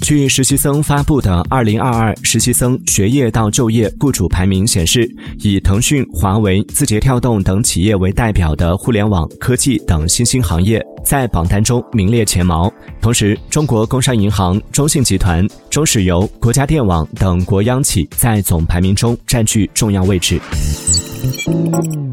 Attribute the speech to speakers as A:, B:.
A: 据实习生发布的2022实习生学业到就业雇主排名显示，以腾讯、华为、字节跳动等企业为代表的互联网、科技等新兴行业在榜单中名列前茅。同时，中国工商银行、中信集团、中石油、国家电网等国央企在总排名中占据重要位置。